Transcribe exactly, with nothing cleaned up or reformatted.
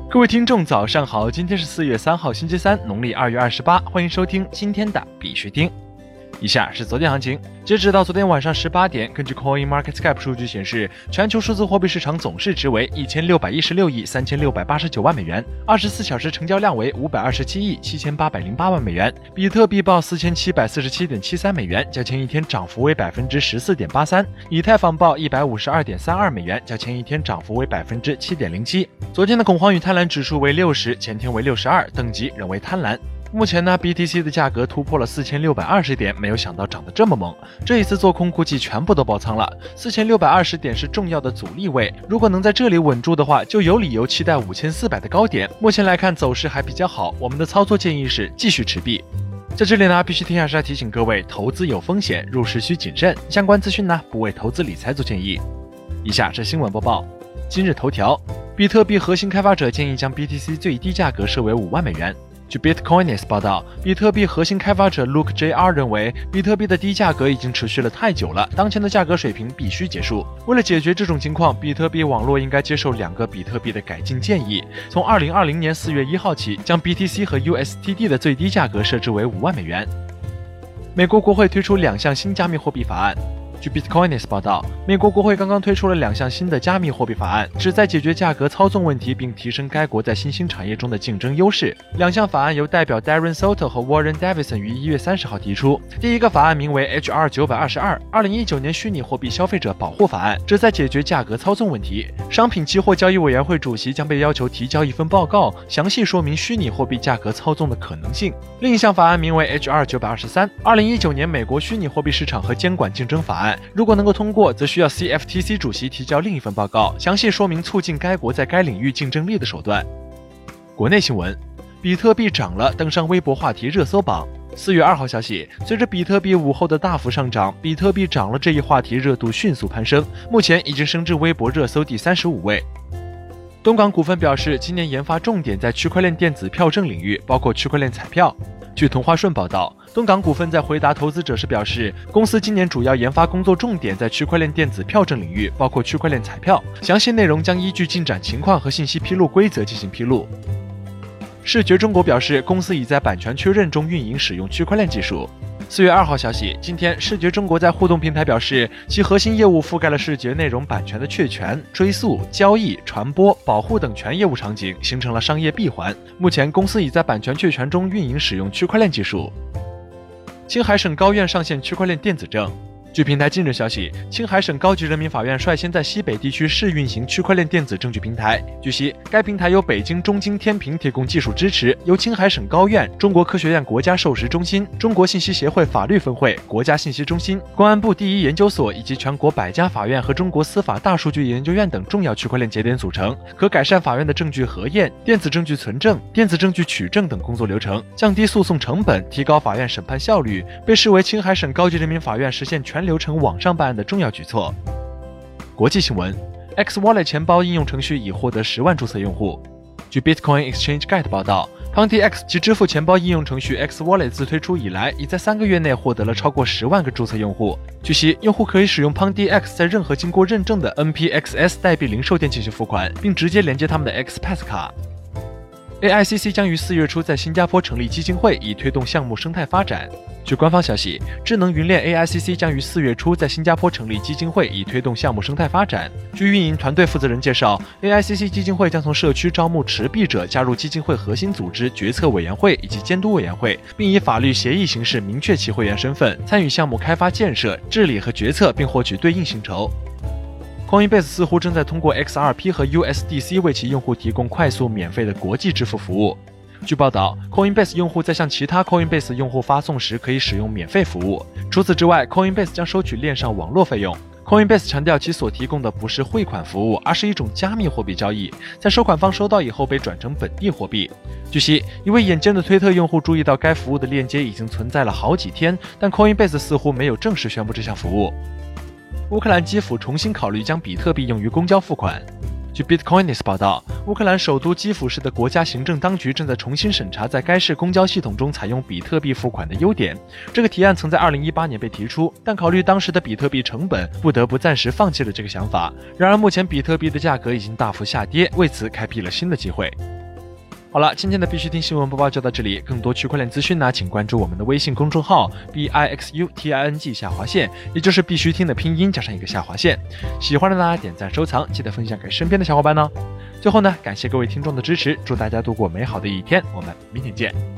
各位听众早上好，今天是四月三号星期三，农历二月二十八，欢迎收听今天的必须听。以下是昨天行情，截止到昨天晚上十八点，根据 Coin Market Cap 数据显示，全球数字货币市场总市值为一千六百一十六亿三千六百八十九万美元，二十四小时成交量为五百二十七亿七千八百零八万美元。比特币报四千七百四十七点七三美元，较前一天涨幅为百分之十四点八三。以太坊报一百五十二点三二美元，较前一天涨幅为百分之七点零七。昨天的恐慌与贪婪指数为六十，前天为六十二，等级仍为贪婪。目前呢 B T C 的价格突破了四千六百二十点，没有想到涨得这么猛，这一次做空估计全部都爆仓了。四千六百二十点是重要的阻力位，如果能在这里稳住的话，就有理由期待五千四百的高点。目前来看走势还比较好，我们的操作建议是继续持币。在这里呢，必须听下是要提醒各位，投资有风险，入市需谨慎，相关资讯呢不为投资理财做建议。以下是新闻播报。今日头条，比特币核心开发者建议将 B T C 最低价格设为五万美元。据 Bitcoinist 报道，比特币核心开发者 Luke J R 认为，比特币的低价格已经持续了太久了，当前的价格水平必须结束。为了解决这种情况，比特币网络应该接受两个比特币的改进建议：从二零二零年四月一号起，将 B T C 和 U S D T 的最低价格设置为五万美元。美国国会推出两项新加密货币法案。据 Bitcoinist 报道，美国国会刚刚推出了两项新的加密货币法案，旨在解决价格操纵问题，并提升该国在新兴产业中的竞争优势。两项法案由代表 Darren Soto 和 Warren Davidson 于一月三十号提出。第一个法案名为 H R 九百二十二 二零一九年虚拟货币消费者保护法案，旨在解决价格操纵问题。商品期货交易委员会主席将被要求提交一份报告，详细说明虚拟货币价格操纵的可能性。另一项法案名为 H R 九百二十三 二零一九年美国虚拟货币市场和监管竞争法案。如果能够通过，则需要 C F T C 主席提交另一份报告，详细说明促进该国在该领域竞争力的手段。国内新闻，比特币涨了，登上微博话题热搜榜。四月二号消息，随着比特币午后的大幅上涨，比特币涨了这一话题热度迅速攀升，目前已经升至微博热搜第三十五位。东港股份表示，今年研发重点在区块链电子票证领域，包括区块链彩票。据同花顺报道，东港股份在回答投资者时表示，公司今年主要研发工作重点在区块链电子票证领域，包括区块链彩票，详细内容将依据进展情况和信息披露规则进行披露。视觉中国表示，公司已在版权确认中运营使用区块链技术。四月二号消息，今天视觉中国在互动平台表示，其核心业务覆盖了视觉内容版权的确权、追溯、交易、传播、保护等全业务场景，形成了商业闭环。目前公司已在版权确权中运营使用区块链技术。青海省高院上线区块链电子证。据平台近日消息，青海省高级人民法院率先在西北地区试运行区块链电子证据平台。据悉，该平台由北京中京天平提供技术支持，由青海省高院、中国科学院国家授时中心、中国信息协会法律分会、国家信息中心、公安部第一研究所以及全国百家法院和中国司法大数据研究院等重要区块链节点组成，可改善法院的证据核验、电子证据存证、电子证据取证等工作流程，降低诉讼成本，提高法院审判效率，被视为青海省高级人民法院实现全流程网上办案的重要举措。国际新闻 ，X Wallet 钱包应用程序已获得十万注册用户。据 Bitcoin Exchange Guide 报道，PandyX 其支付钱包应用程序 X Wallet 自推出以来，已在三个月内获得了超过十万个注册用户。据悉，用户可以使用 PandyX 在任何经过认证的 N P X S 代币零售店进行付款，并直接连接他们的 X Pass 卡。A I C C 将于四月初在新加坡成立基金会，以推动项目生态发展。据官方消息，智能云链 A I C C 将于四月初在新加坡成立基金会，以推动项目生态发展。据运营团队负责人介绍 ，A I C C 基金会将从社区招募持币者，加入基金会核心组织、决策委员会以及监督委员会，并以法律协议形式明确其会员身份，参与项目开发建设、治理和决策，并获取对应薪酬。Coinbase 似乎正在通过 X R P 和 U S D C 为其用户提供快速免费的国际支付服务。据报道 ，Coinbase 用户在向其他 Coinbase 用户发送时可以使用免费服务。除此之外 ，Coinbase 将收取链上网络费用。Coinbase 强调其所提供的不是汇款服务，而是一种加密货币交易，在收款方收到以后被转成本地货币。据悉，一位眼尖的推特用户注意到该服务的链接已经存在了好几天，但 Coinbase 似乎没有正式宣布这项服务。乌克兰基辅重新考虑将比特币用于公交付款。据 Bitcoinist 报道，乌克兰首都基辅市的国家行政当局正在重新审查在该市公交系统中采用比特币付款的优点。这个提案曾在二零一八年被提出，但考虑当时的比特币成本，不得不暂时放弃了这个想法。然而，目前比特币的价格已经大幅下跌，为此开辟了新的机会。 好了，今天的必须听新闻播报就到这里。更多区块链资讯呢，请关注我们的微信公众号 B I X U T I N G 下划线，也就是必须听的拼音加上一个下划线。喜欢的呢，点赞收藏，记得分享给身边的小伙伴呢。最后呢，感谢各位听众的支持，祝大家度过美好的一天，我们明天见。